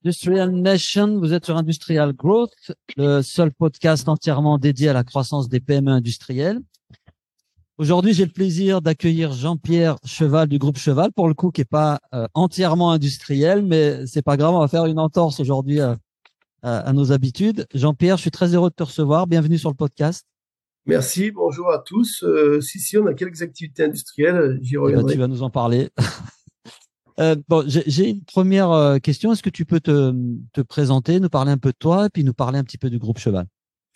Industrial Nation, vous êtes sur Industrial Growth, le seul podcast entièrement dédié à la croissance des PME industrielles. Aujourd'hui, j'ai le plaisir d'accueillir Jean-Pierre Cheval du groupe Cheval, pour le coup, qui est pas entièrement industriel, mais c'est pas grave, on va faire une entorse aujourd'hui à nos habitudes. Jean-Pierre, je suis très heureux de te recevoir. Bienvenue sur le podcast. Merci, bonjour à tous. Si, on a quelques activités industrielles, j'y Eh ben, tu reviendrai. vas nous en parler. J'ai une première question. Est-ce que tu peux te présenter, nous parler un peu de toi, et puis nous parler un petit peu du groupe Cheval?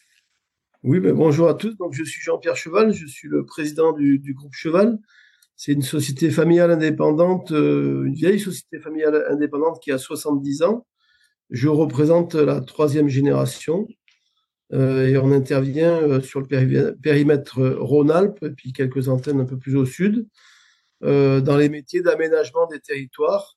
Oui, bonjour à tous. Donc, je suis Jean-Pierre Cheval, je suis le président du groupe Cheval. C'est une société familiale indépendante, une vieille société familiale indépendante qui a 70 ans. Je représente la troisième génération et on intervient sur le périmètre Rhône-Alpes et puis quelques antennes un peu plus au sud dans les métiers d'aménagement des territoires.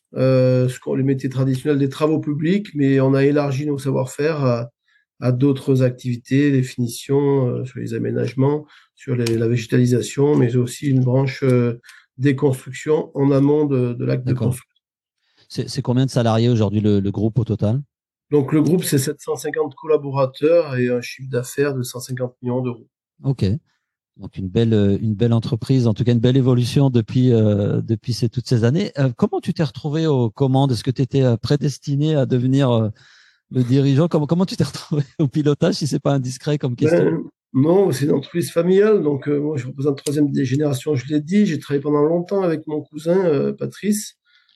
Les métiers traditionnels des travaux publics, mais on a élargi nos savoir-faire à d'autres activités, les finitions, sur les aménagements, sur la végétalisation, mais aussi une branche des constructions en amont de l'acte de D'accord. construction. C'est combien de salariés aujourd'hui le groupe au total? Donc le groupe, c'est 750 collaborateurs et un chiffre d'affaires de 150 millions d'euros. Ok. Donc une belle entreprise, en tout cas une belle évolution depuis toutes ces années. Comment tu t'es retrouvé aux commandes? Est-ce que tu étais prédestiné à devenir le dirigeant? Comment tu t'es retrouvé au pilotage, si c'est pas indiscret comme question? Ben, non, c'est une entreprise familiale, donc moi je représente la troisième des générations, je l'ai dit, j'ai travaillé pendant longtemps avec mon cousin Patrice.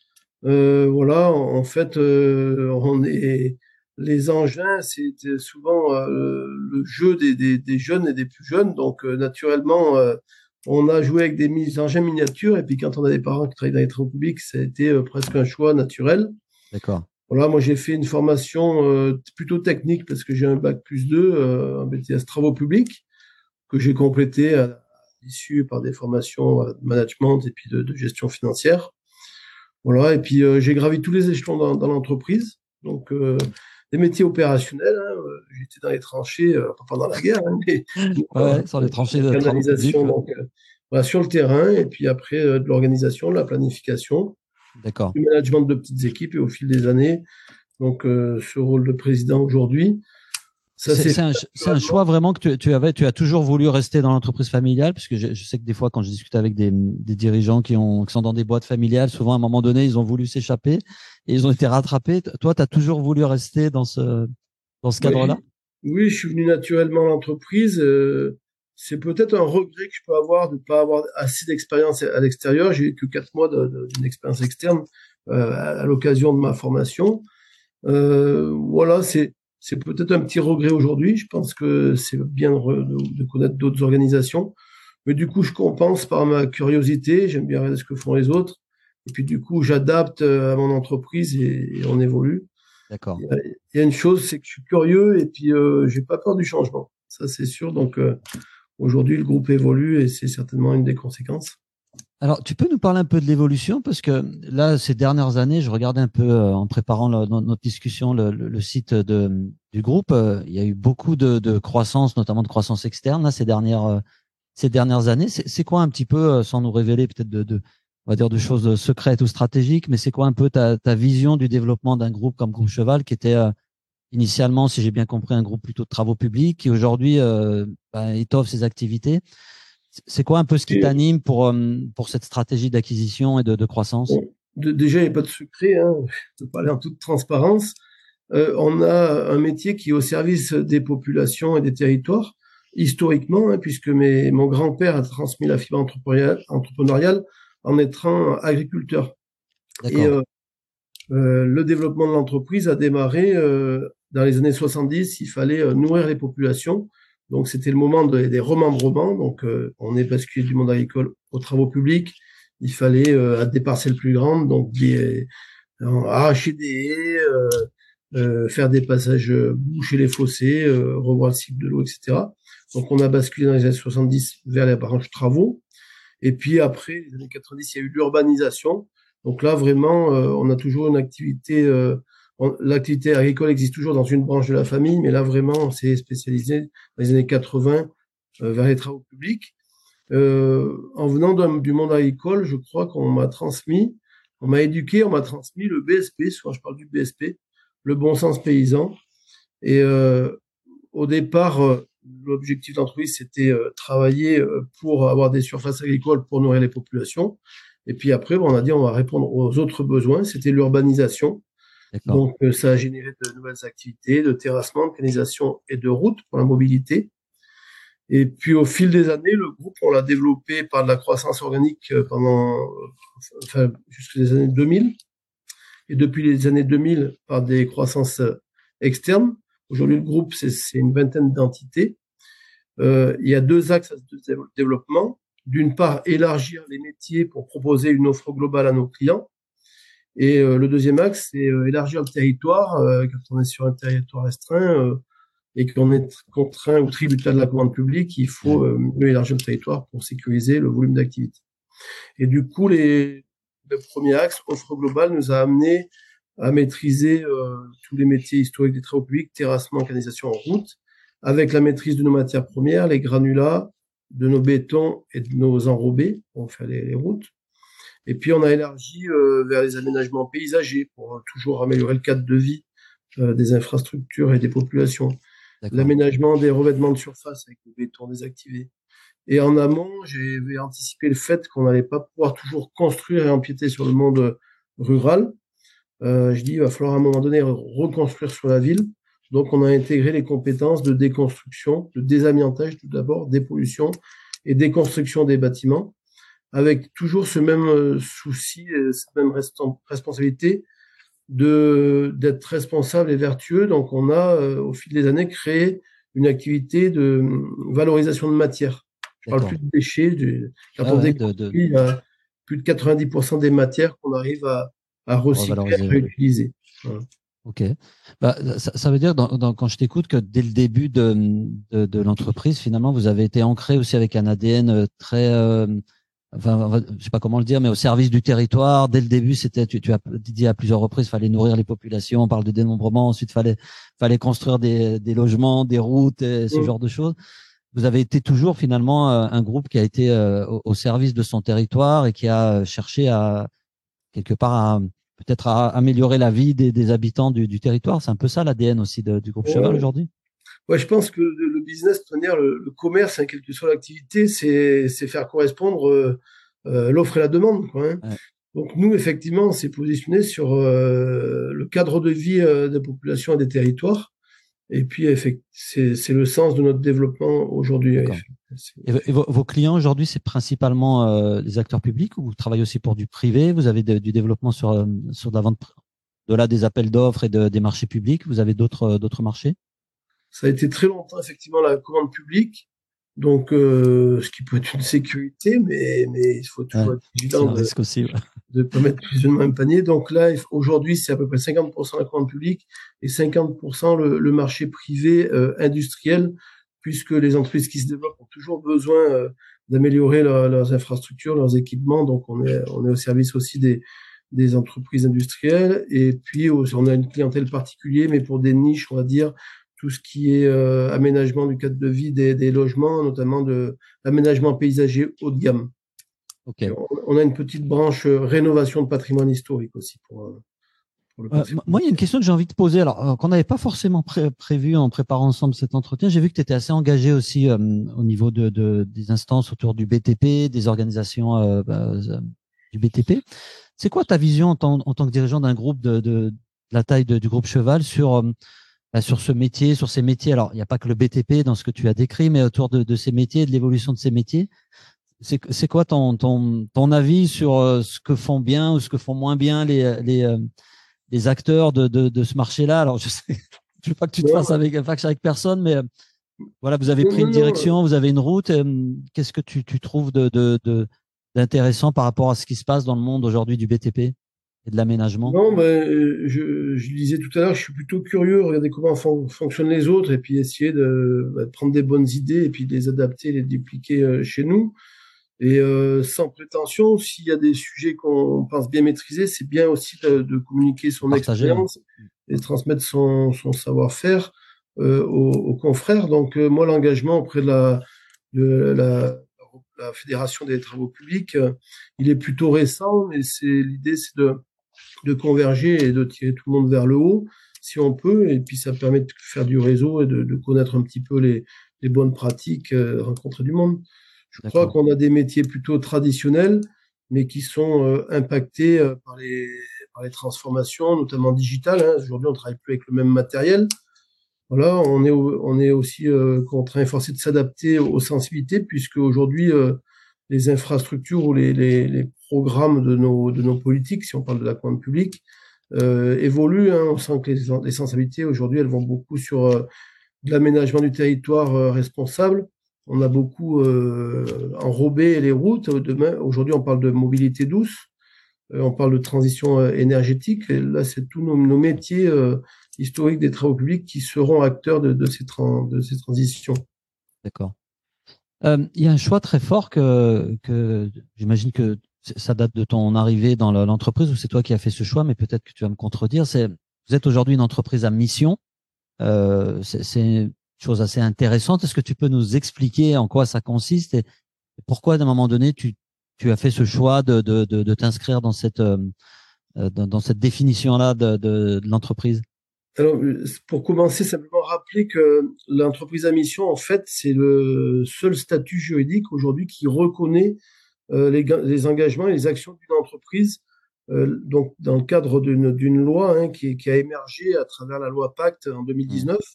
Voilà, en fait, on est les engins, c'était souvent le jeu des jeunes et des plus jeunes. Donc, naturellement, on a joué avec des engins miniatures. Et puis, quand on a des parents qui travaillent dans les travaux publics, ça a été presque un choix naturel. D'accord. Voilà, moi, j'ai fait une formation plutôt technique parce que j'ai un bac plus 2, un BTS travaux publics, que j'ai complété à l'issue par des formations de management et puis de gestion financière. Voilà, et puis j'ai gravi tous les échelons dans l'entreprise. Donc, des métiers opérationnels, hein, j'étais dans les tranchées, pas pendant la guerre, hein, mais Ouais, sur les sur tranchées la de travaux publics. canalisation, Ouais. donc voilà, sur le terrain, et puis après de l'organisation, de la planification, D'accord. du management de petites équipes, et au fil des années, donc ce rôle de président aujourd'hui, ça s'est fait C'est un naturellement. choix vraiment que tu as toujours voulu rester dans l'entreprise familiale, puisque je sais que des fois, quand je discute avec des dirigeants qui sont dans des boîtes familiales, souvent à un moment donné, ils ont voulu s'échapper et ils ont été rattrapés. Toi, tu as toujours voulu rester dans ce Ouais, cadre-là? oui, je suis venu naturellement à l'entreprise. C'est peut-être un regret que je peux avoir de ne pas avoir assez d'expérience à l'extérieur. J'ai eu que 4 mois d'une expérience externe à l'occasion de ma formation. Voilà, c'est peut-être un petit regret aujourd'hui. Je pense que c'est bien de connaître d'autres organisations. Mais du coup, je compense par ma curiosité. J'aime bien regarder ce que font les autres. Et puis du coup, j'adapte à mon entreprise et on évolue. D'accord. Il y a une chose, c'est que je suis curieux et puis j'ai pas peur du changement. Ça, c'est sûr. Donc aujourd'hui, le groupe évolue et c'est certainement une des conséquences. Alors, tu peux nous parler un peu de l'évolution, parce que là, ces dernières années, je regardais un peu en préparant notre discussion le site du groupe. Il y a eu beaucoup de croissance, notamment de croissance externe, là, ces dernières années. C'est quoi un petit peu, sans nous révéler peut-être on va dire de choses secrètes ou stratégiques, mais c'est quoi un peu ta vision du développement d'un groupe comme Groupe Cheval, qui était initialement, si j'ai bien compris, un groupe plutôt de travaux publics, qui aujourd'hui étoffe ses activités. C'est quoi un peu ce qui Et, t'anime pour cette stratégie d'acquisition et de croissance? bon, déjà, il n'y a pas de secret. Hein. Je peux parler en toute transparence. On a un métier qui est au service des populations et des territoires, historiquement, hein, puisque mon grand-père a transmis la fibre entrepreneuriale en étant agriculteur. Et D'accord, le développement de l'entreprise a démarré dans les années 70. Il fallait nourrir les populations. Donc, c'était le moment des remembrements. Donc, on est basculé du monde agricole aux travaux publics. Il fallait à des parcelles plus grandes, donc arracher des haies, faire des passages, boucher les fossés, revoir le cycle de l'eau, etc. Donc, on a basculé dans les années 70 vers les branches travaux. Et puis après, les années 90, il y a eu l'urbanisation. Donc là, vraiment, on a toujours une activité. L'activité agricole existe toujours dans une branche de la famille, mais là, vraiment, on s'est spécialisé dans les années 80 vers les travaux publics. En venant du monde agricole, je crois qu'on m'a éduqué, on m'a transmis le BSP. Souvent, je parle du BSP. le bon sens paysan. Et au départ, l'objectif d'entreprise, c'était travailler pour avoir des surfaces agricoles pour nourrir les populations. Et puis après, on a dit on va répondre aux autres besoins. C'était l'urbanisation. D'accord. Donc, ça a généré de nouvelles activités de terrassement, de canalisation et de routes pour la mobilité. Et puis, au fil des années, le groupe, on l'a développé par de la croissance organique jusqu'aux années 2000. Et depuis les années 2000, par des croissances externes. Aujourd'hui, le groupe, c'est une vingtaine d'entités. Il y a deux axes de développement. D'une part, élargir les métiers pour proposer une offre globale à nos clients. Et le deuxième axe, c'est élargir le territoire. Quand on est sur un territoire restreint et qu'on est contraint ou tributaire de la commande publique, il faut mieux élargir le territoire pour sécuriser le volume d'activité. Et du coup, le premier axe, offre globale, nous a amené à maîtriser tous les métiers historiques des travaux publics, terrassement, canalisation en route, avec la maîtrise de nos matières premières, les granulats, de nos bétons et de nos enrobés pour faire les routes. Et puis, on a élargi vers les aménagements paysagers pour toujours améliorer le cadre de vie des infrastructures et des populations. L'aménagement des revêtements de surface avec le béton désactivé. Et en amont, j'avais anticipé le fait qu'on n'allait pas pouvoir toujours construire et empiéter sur le monde rural. Je dis, il va falloir à un moment donné reconstruire sur la ville. Donc, on a intégré les compétences de déconstruction, de désamiantage tout d'abord, dépollution et déconstruction des bâtiments, avec toujours ce même souci, cette même responsabilité d'être responsable et vertueux. Donc, on a, au fil des années, créé une activité de valorisation de matière. Je parle plus de déchets. Quand on déconstruit, il y a plus de 90% des matières qu'on arrive à recycler, à réutiliser. Voilà. Ok. Bah, ça veut dire, quand je t'écoute, que dès le début de l'entreprise, finalement, vous avez été ancré aussi avec un ADN très, enfin, je sais pas comment le dire, mais au service du territoire. Dès le début, c'était, tu as dit à plusieurs reprises, fallait nourrir les populations. On parle de dénombrement. Ensuite, fallait construire des logements, des routes, et ce genre de choses. Vous avez été toujours finalement un groupe qui a été au service de son territoire et qui a cherché à quelque part peut-être à améliorer la vie des habitants du territoire. C'est un peu ça l'ADN aussi du groupe Cheval aujourd'hui. Ouais, je pense que le business, le commerce, hein, quelle que soit l'activité, c'est faire correspondre l'offre et la demande, quoi, hein. Ouais. Donc nous, effectivement, on s'est positionné sur le cadre de vie des populations et des territoires. Et puis, c'est le sens de notre développement aujourd'hui. Et vos clients aujourd'hui, c'est principalement les acteurs publics ou vous travaillez aussi pour du privé? Vous avez du développement sur de la vente, de des appels d'offres et des marchés publics. Vous avez d'autres marchés? Ça a été très longtemps, effectivement, la commande publique. Donc, ce qui peut être une sécurité, mais il faut toujours être vigilant de ne pas mettre plusieurs dans le même panier. Donc là, aujourd'hui, c'est à peu près 50% la commande publique et 50% le marché privé industriel, puisque les entreprises qui se développent ont toujours besoin d'améliorer leurs infrastructures, leurs équipements. Donc, on est au service aussi des entreprises industrielles. Et puis, on a une clientèle particulière, mais pour des niches, on va dire, tout ce qui est aménagement du cadre de vie des logements, notamment de l'aménagement paysager haut de gamme. Okay. On a une petite branche rénovation de patrimoine historique aussi pour le moi, il y a une question que j'ai envie de poser, alors qu'on n'avait pas forcément prévu en préparant ensemble cet entretien. J'ai vu que tu étais assez engagé aussi au niveau des instances autour du BTP, des organisations du BTP. C'est quoi ta vision en tant que dirigeant d'un groupe de la taille du groupe Cheval sur ce métier, sur ces métiers? Alors, il n'y a pas que le BTP dans ce que tu as décrit, mais autour de ces métiers, de l'évolution de ces métiers. C'est quoi ton avis sur ce que font bien ou ce que font moins bien les acteurs de ce marché-là? Alors, je veux pas que tu te fasses avec personne, mais voilà, vous avez pris une direction, vous avez une route. Qu'est-ce que tu trouves d'intéressant par rapport à ce qui se passe dans le monde aujourd'hui du BTP et de l'aménagement? Non, je disais tout à l'heure, je suis plutôt curieux, regarder comment fonctionnent les autres et puis essayer de prendre des bonnes idées et puis de les adapter, les dupliquer chez nous. Et sans prétention, s'il y a des sujets qu'on pense bien maîtriser, c'est bien aussi de communiquer son expérience et de transmettre son savoir-faire aux confrères. Donc moi, l'engagement auprès de la Fédération des travaux publics, il est plutôt récent, mais l'idée, c'est de converger et de tirer tout le monde vers le haut. si on peut, et puis ça permet de faire du réseau et de connaître un petit peu les bonnes pratiques, rencontrer du monde. Je crois D'accord. qu'on a des métiers plutôt traditionnels, mais qui sont impactés par les transformations, notamment digitales, hein. Aujourd'hui, on travaille plus avec le même matériel. Voilà, on est aussi contraint et forcé de s'adapter aux sensibilités, puisque aujourd'hui, les infrastructures ou les programmes de nos politiques, si on parle de la commande publique, évoluent, hein. On sent que les sensibilités, aujourd'hui, elles vont beaucoup sur de l'aménagement du territoire responsable. On a beaucoup enrobé les routes. Demain, aujourd'hui, on parle de mobilité douce. On parle de transition énergétique. Et là, c'est tous nos métiers historiques des travaux publics qui seront acteurs de ces transitions. D'accord. Il y a un choix très fort que j'imagine que ça date de ton arrivée dans l'entreprise ou c'est toi qui as fait ce choix, mais peut-être que tu vas me contredire. Vous êtes aujourd'hui une entreprise à mission. C'est une chose assez intéressante. Est-ce que tu peux nous expliquer en quoi ça consiste et pourquoi, à un moment donné, tu as fait ce choix de t'inscrire dans dans cette définition-là de l'entreprise? Alors, pour commencer, simplement rappeler que l'entreprise à mission, en fait, c'est le seul statut juridique aujourd'hui qui reconnaît les engagements et les actions d'une entreprise, donc dans le cadre d'une loi, hein, qui a émergé à travers la loi Pacte en Mmh. 2019.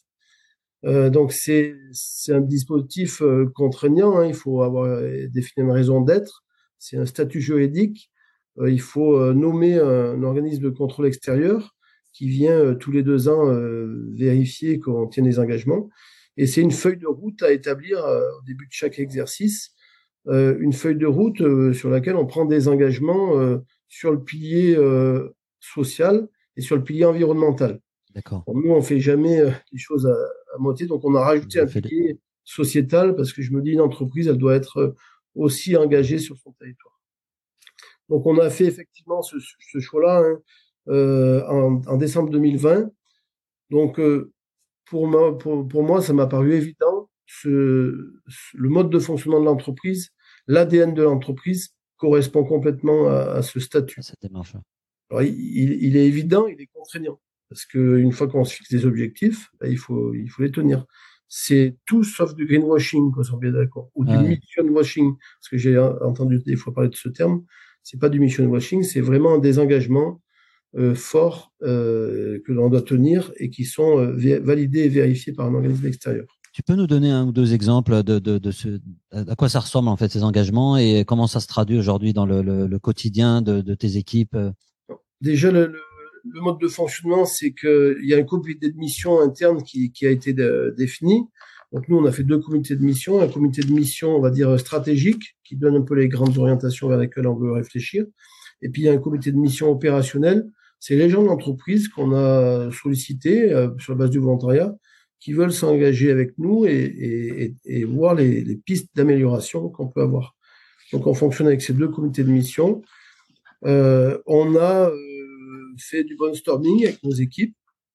Donc c'est un dispositif contraignant, hein. Il faut avoir défini une raison d'être. C'est un statut juridique. Il faut nommer un organisme de contrôle extérieur qui vient tous les 2 ans vérifier qu'on tient les engagements. Et c'est une feuille de route à établir au début de chaque exercice, une feuille de route sur laquelle on prend des engagements sur le pilier social et sur le pilier environnemental. D'accord. Bon, nous, on fait jamais les choses à moitié, donc on a Vous rajouté avez un fait pilier sociétal parce que je me dis une entreprise, elle doit être aussi engagée sur son territoire. Donc on a fait effectivement ce choix-là, hein, en décembre 2020. Donc pour moi, ça m'a paru évident. Le mode de fonctionnement de l'entreprise, l'ADN de l'entreprise correspond complètement à ce à statut. cette démarche. Alors, il est évident, il est contraignant. Parce qu'une fois qu'on se fixe des objectifs, ben, il faut les tenir. C'est tout sauf du greenwashing, qu'on soit bien d'accord, ou du Ouais. mission washing, parce que j'ai entendu des fois parler de ce terme. C'est pas du mission washing, c'est vraiment des engagements forts que l'on doit tenir et qui sont validés et vérifiés par un organisme extérieur. Tu peux nous donner un ou deux exemples à quoi ça ressemble en fait ces engagements et comment ça se traduit aujourd'hui dans le quotidien de tes équipes? Déjà, le mode de fonctionnement, c'est qu'il y a un comité de mission interne qui a été défini. Donc nous, on a fait 2 comités de mission. Un comité de mission, on va dire, stratégique, qui donne un peu les grandes orientations vers lesquelles on veut réfléchir. Et puis, il y a un comité de mission opérationnel. C'est les gens de l'entreprise qu'on a sollicités sur la base du volontariat, qui veulent s'engager avec nous et voir les pistes d'amélioration qu'on peut avoir. Donc, on fonctionne avec ces 2 comités de mission. On a fait du brainstorming avec nos équipes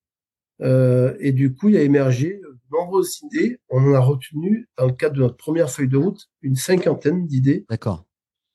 et du coup, il a émergé de nombreuses idées. On en a retenu, dans le cadre de notre première feuille de route, une cinquantaine d'idées D'accord.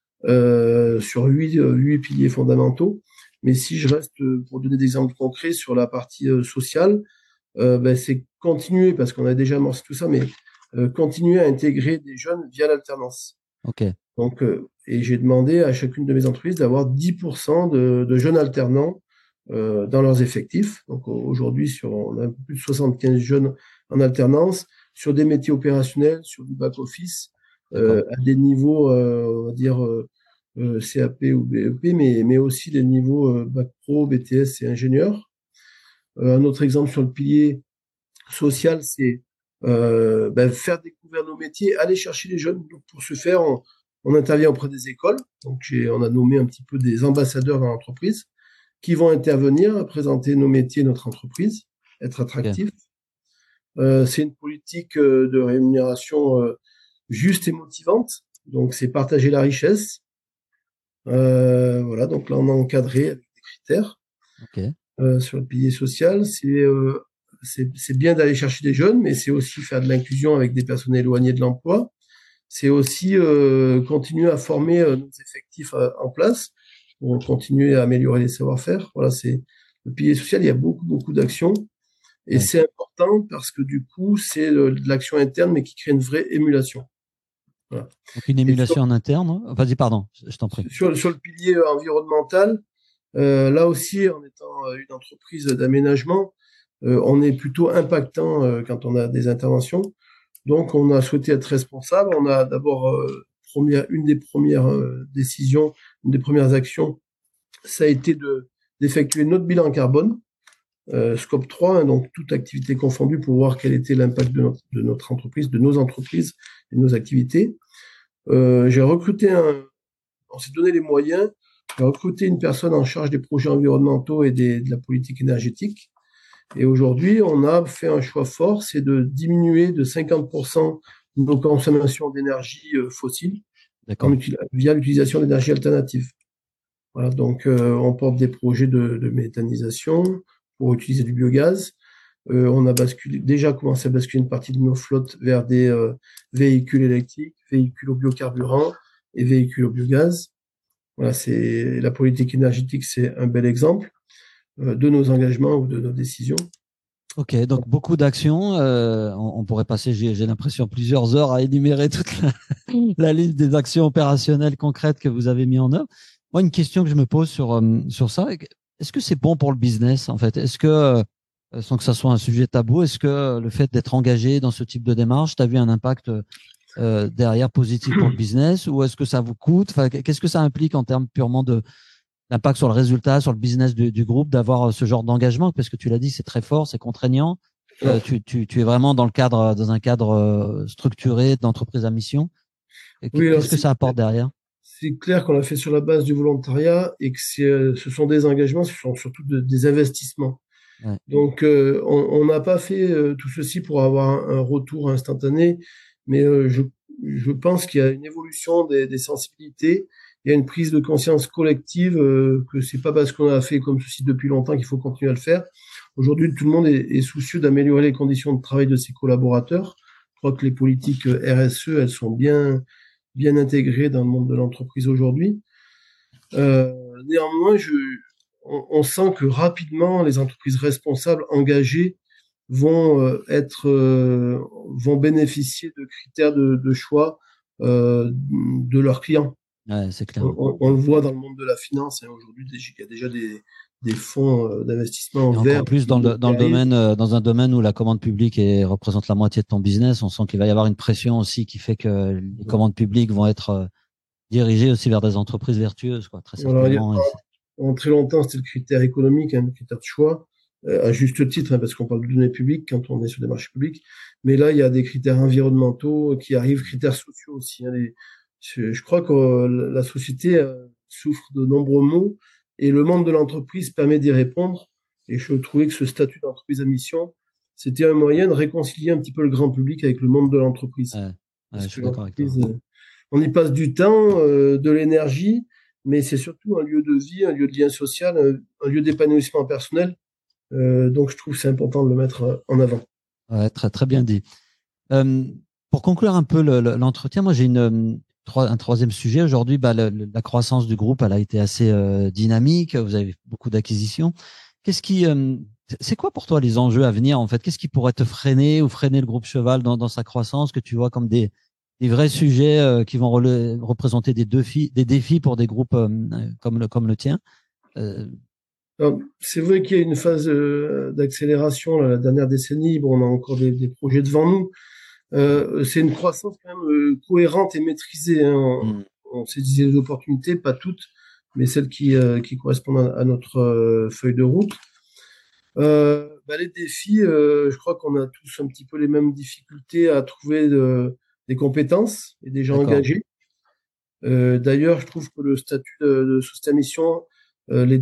sur 8 piliers fondamentaux. Mais si je reste, pour donner des exemples concrets sur la partie sociale, ben, c'est continuer, parce qu'on a déjà amorcé tout ça, mais continuer à intégrer des jeunes via l'alternance. Ok. Donc, et j'ai demandé à chacune de mes entreprises d'avoir 10% de jeunes alternants dans leurs effectifs. Donc aujourd'hui, on a un peu plus de 75 jeunes en alternance sur des métiers opérationnels, sur du back-office, D'accord. à des niveaux, on va dire, CAP ou BEP, mais aussi des niveaux bac pro, BTS et ingénieurs. Un autre exemple sur le pilier social, c'est ben, faire découvrir nos métiers, aller chercher les jeunes. Donc, pour ce faire, on intervient auprès des écoles. Donc, on a nommé un petit peu des ambassadeurs dans l'entreprise qui vont intervenir, présenter nos métiers, notre entreprise, être Ok. attractifs. C'est une politique de rémunération juste et motivante. Donc, c'est partager la richesse. Voilà, donc là, on a encadré avec des critères Ok. sur le pilier social. C'est bien d'aller chercher des jeunes, mais c'est aussi faire de l'inclusion avec des personnes éloignées de l'emploi. C'est aussi continuer à former nos effectifs en place pour continuer à améliorer les savoir-faire. Voilà, c'est le pilier social. Il y a beaucoup d'actions. Et Ouais. c'est important parce que du coup, c'est de l'action interne, mais qui crée une vraie émulation. Voilà. Donc une Et sur, émulation en interne. Vas-y, pardon, je t'en prie. sur le pilier environnemental, là aussi, en étant une entreprise d'aménagement, on est plutôt impactant quand on a des interventions. Donc, on a souhaité être responsable. On a d'abord une des premières décisions, une des premières actions, ça a été d'effectuer notre bilan carbone, scope 3, hein, donc toute activité confondue, pour voir quel était l'impact de notre entreprise, de nos entreprises et de nos activités. J'ai recruté on s'est donné les moyens, j'ai recruté une personne en charge des projets environnementaux et de la politique énergétique. Et aujourd'hui, on a fait un choix fort, c'est de diminuer de 50% nos consommations d'énergie fossile D'accord. via l'utilisation d'énergie alternative. Voilà, donc on porte des projets de méthanisation pour utiliser du biogaz. On a déjà commencé à basculer une partie de nos flottes vers des véhicules électriques, véhicules au biocarburant et véhicules au biogaz. Voilà, c'est la politique énergétique, c'est un bel exemple de nos engagements ou de nos décisions. Ok, donc beaucoup d'actions. On pourrait passer, j'ai l'impression, plusieurs heures à énumérer toute la liste des actions opérationnelles concrètes que vous avez mis en œuvre. Moi, une question que je me pose sur ça, est-ce que c'est bon pour le business, en fait? Est-ce que, sans que ça soit un sujet tabou, est-ce que le fait d'être engagé dans ce type de démarche, tu as vu un impact derrière positif pour le business, ou est-ce que ça vous coûte? Enfin, qu'est-ce que ça implique en termes purement de l'impact sur le résultat, sur le business du groupe, d'avoir ce genre d'engagement? Parce que tu l'as dit, c'est très fort, c'est contraignant. Alors, Tu es vraiment dans un cadre structuré d'entreprise à mission. oui, alors Qu'est-ce que ça apporte derrière? c'est clair qu'on l'a fait sur la base du volontariat et que ce sont des engagements, ce sont surtout des investissements. Ouais. Donc, on n'a pas fait tout ceci pour avoir un retour instantané, mais je pense qu'il y a une évolution des sensibilités, il y a une prise de conscience collective que c'est pas parce qu'on a fait comme ceci depuis longtemps qu'il faut continuer à le faire. Aujourd'hui, tout le monde est soucieux d'améliorer les conditions de travail de ses collaborateurs. Je crois que les politiques RSE, elles sont bien intégrées dans le monde de l'entreprise aujourd'hui. Euh, Néanmoins, on sent que rapidement, les entreprises responsables, engagées, vont bénéficier de critères de choix de leurs clients. Ouais, c'est clair. On le voit dans le monde de la finance, hein, aujourd'hui, il y a déjà des fonds d'investissement Et encore verts plus qui dans le arrivent. domaine, dans un domaine où la commande publique représente la moitié de ton business, on sent qu'il va y avoir une pression aussi qui fait que les commandes publiques vont être dirigées aussi vers des entreprises vertueuses, quoi, très Alors, certainement. en très longtemps, c'était le critère économique, hein, le critère de choix, à juste titre, hein, parce qu'on parle de données publiques quand on est sur des marchés publics. Mais là, il y a des critères environnementaux qui arrivent, critères sociaux aussi, hein. Je crois que la société souffre de nombreux maux et le monde de l'entreprise permet d'y répondre. Et je trouvais que ce statut d'entreprise à mission, c'était un moyen de réconcilier un petit peu le grand public avec le monde de l'entreprise. Ouais, ouais, Parce je que suis d'accord avec toi. l'entreprise, on y passe du temps, de l'énergie, mais c'est surtout un lieu de vie, un lieu de lien social, un lieu d'épanouissement personnel. Donc, je trouve que c'est important de le mettre en avant. Ouais, très, très bien dit. Euh, pour conclure un peu l'entretien, moi j'ai un troisième sujet. Aujourd'hui, bah, la croissance du groupe, elle a été assez dynamique. Vous avez beaucoup d'acquisitions. Qu'est-ce qui, c'est quoi pour toi les enjeux à venir en fait? Qu'est-ce qui pourrait te freiner ou freiner le groupe Cheval dans sa croissance que tu vois comme des vrais sujets qui vont représenter des défis pour des groupes comme le tien? Euh, Alors, c'est vrai qu'il y a une phase d'accélération, là, la dernière décennie. Bon, on a encore des projets devant nous. C'est une croissance quand même cohérente et maîtrisée, hein. hmm, On saisit les opportunités, pas toutes, mais celles qui correspondent à notre feuille de route. Les défis, je crois qu'on a tous un petit peu les mêmes difficultés à trouver des compétences et des gens d'accord. engagés. D'ailleurs, je trouve que le statut de société à mission, les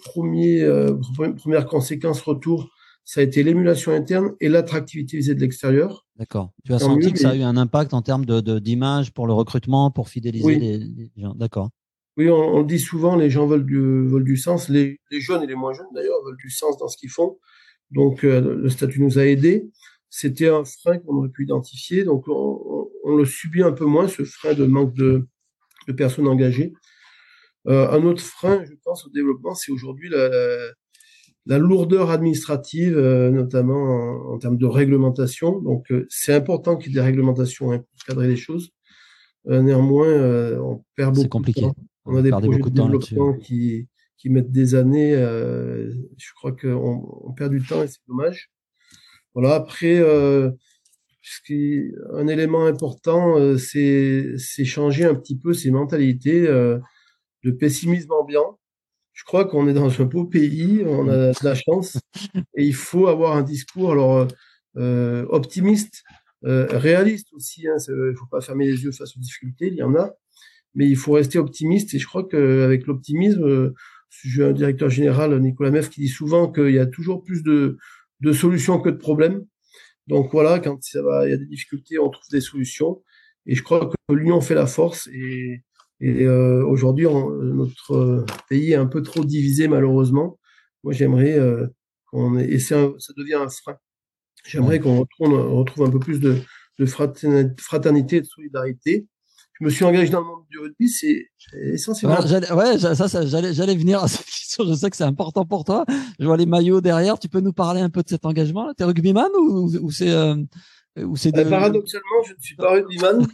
premières conséquences retour, ça a été l'émulation interne et l'attractivité visée de l'extérieur. D'accord. Tu as Tant mieux, senti que ça a mais eu un impact en termes d'image pour le recrutement, pour fidéliser oui, les gens. D'accord. oui, on le dit souvent, les gens veulent du sens. Les jeunes et les moins jeunes, d'ailleurs, veulent du sens dans ce qu'ils font. Donc, le statut nous a aidés. C'était un frein qu'on aurait pu identifier. Donc, on le subit un peu moins, ce frein de manque de personnes engagées. Un autre frein, je pense, au développement, c'est aujourd'hui la lourdeur administrative, notamment en termes de réglementation. Donc, c'est important qu'il y ait des réglementations, hein, pour cadrer les choses. Néanmoins, on perd C'est beaucoup de compliqué. temps. On a des Perdez projets beaucoup de de temps là-dessus. développement qui mettent des années. Je crois qu'on perd du temps et c'est dommage. Voilà. Après, un élément important, c'est changer un petit peu ces mentalités de pessimisme ambiant. Je crois qu'on est dans un beau pays, on a de la chance et il faut avoir un discours alors optimiste, réaliste aussi. Hein, il faut pas fermer les yeux face aux difficultés, il y en a, mais il faut rester optimiste. Et je crois qu'avec l'optimisme, j'ai un directeur général, Nicolas Meff, qui dit souvent qu'il y a toujours plus de solutions que de problèmes. Donc voilà, quand il y a des difficultés, on trouve des solutions. Et je crois que l'union fait la force. Et aujourd'hui, notre pays est un peu trop divisé, malheureusement. Moi, j'aimerais ça devient un frein. J'aimerais qu'on retrouve un peu plus de fraternité et de solidarité. Je me suis engagé dans le monde du rugby, c'est essentiellement. J'allais venir à cette question. Je sais que c'est important pour toi. Je vois les maillots derrière. Tu peux nous parler un peu de cet engagement? T'es rugbyman ou c'est Paradoxalement, je ne suis pas rugbyman.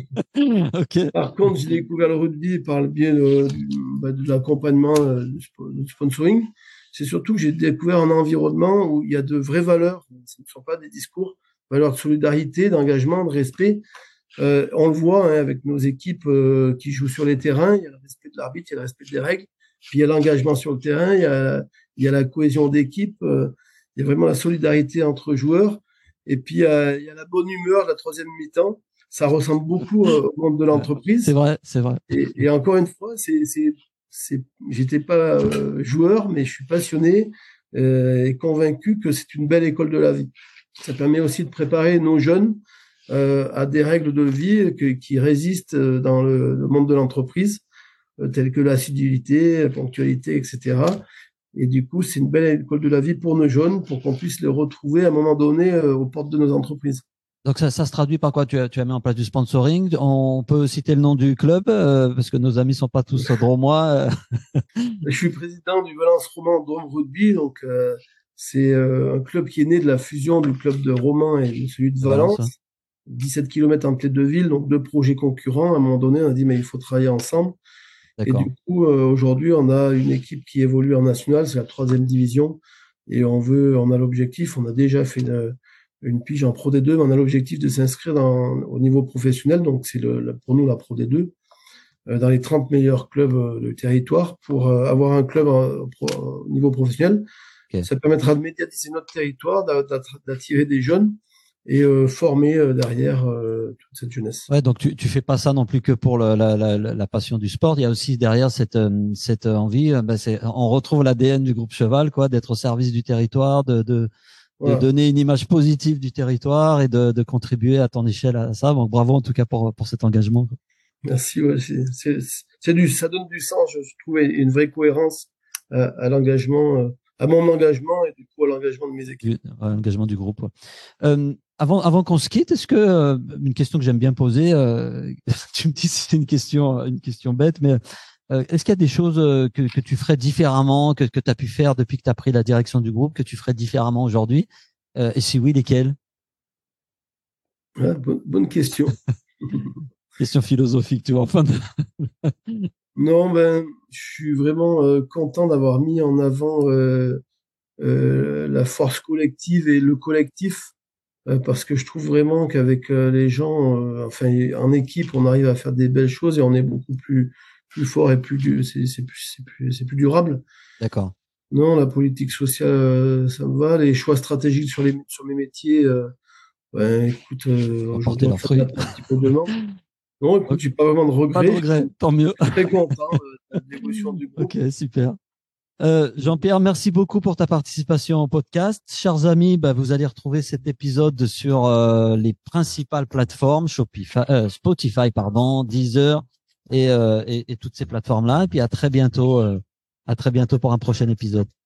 Ok. Par contre, j'ai découvert le rugby par le biais de l'accompagnement du sponsoring. C'est surtout que j'ai découvert un environnement où il y a de vraies valeurs. Ce ne sont pas des discours, valeurs de solidarité, d'engagement, de respect. On le voit, hein, avec nos équipes qui jouent sur les terrains. Il y a le respect de l'arbitre, il y a le respect des règles. Puis il y a l'engagement sur le terrain, il y a la cohésion d'équipe, il y a vraiment la solidarité entre joueurs. Et puis il y a la bonne humeur de la troisième mi-temps. Ça ressemble beaucoup au monde de l'entreprise. C'est vrai, c'est vrai. Et encore une fois, j'étais pas joueur, mais je suis passionné et convaincu que c'est une belle école de la vie. Ça permet aussi de préparer nos jeunes à des règles de vie qui résistent dans le monde de l'entreprise, telles que l'assiduité, la ponctualité, etc. Et du coup, c'est une belle école de la vie pour nos jeunes, pour qu'on puisse les retrouver à un moment donné aux portes de nos entreprises. Donc ça se traduit par quoi? Tu as mis en place du sponsoring. On peut citer le nom du club parce que nos amis sont pas tous drômois. Je suis président du Valence Roman Drôme Rugby, donc c'est un club qui est né de la fusion du club de Romans et de celui de Valence. 17 km entre les deux villes, donc deux projets concurrents. À un moment donné, on a dit mais il faut travailler ensemble. Et du coup, aujourd'hui, on a une équipe qui évolue en national, c'est la 3e division, et on a l'objectif, on a déjà fait une pige en Pro D2, mais on a l'objectif de s'inscrire au niveau professionnel, donc c'est pour nous la Pro D2, dans les 30 meilleurs clubs du territoire pour avoir un club au niveau professionnel. Okay. Ça permettra de médiatiser notre territoire, d'attirer des jeunes et former derrière toute cette jeunesse. Ouais, donc tu fais pas ça non plus que pour la passion du sport. Il y a aussi derrière cette envie. On retrouve l'ADN du groupe Cheval, quoi, d'être au service du territoire, de donner une image positive du territoire et de contribuer à ton échelle à ça. Donc bravo en tout cas pour cet engagement. Merci. Ouais, ça donne du sens, je trouve, et une vraie cohérence à l'engagement, à mon engagement et du coup à l'engagement de mes équipes. L'engagement du groupe. Ouais. Avant qu'on se quitte, est-ce que une question que j'aime bien poser, tu me dis si c'est une question bête, mais est-ce qu'il y a des choses que tu ferais différemment, que tu as pu faire depuis que tu as pris la direction du groupe, que tu ferais différemment aujourd'hui, et si oui, lesquelles? Ouais, bonne question. Question philosophique, tu vois. Enfin. Non, je suis vraiment content d'avoir mis en avant la force collective et le collectif. Parce que je trouve vraiment qu'avec les gens, en équipe, on arrive à faire des belles choses et on est beaucoup plus fort et c'est plus durable. D'accord. Non, la politique sociale, ça me va. Les choix stratégiques sur mes métiers, écoute, aujourd'hui, on fait un petit peu de non. Non, écoute, j'ai pas vraiment de regrets. Pas de regrets, tant mieux. Je suis très content de l'évolution du groupe. Ok, super. Jean-Pierre, merci beaucoup pour ta participation au podcast. Chers amis, vous allez retrouver cet épisode sur les principales plateformes, Spotify, Deezer et toutes ces plateformes-là. Et puis à très bientôt pour un prochain épisode.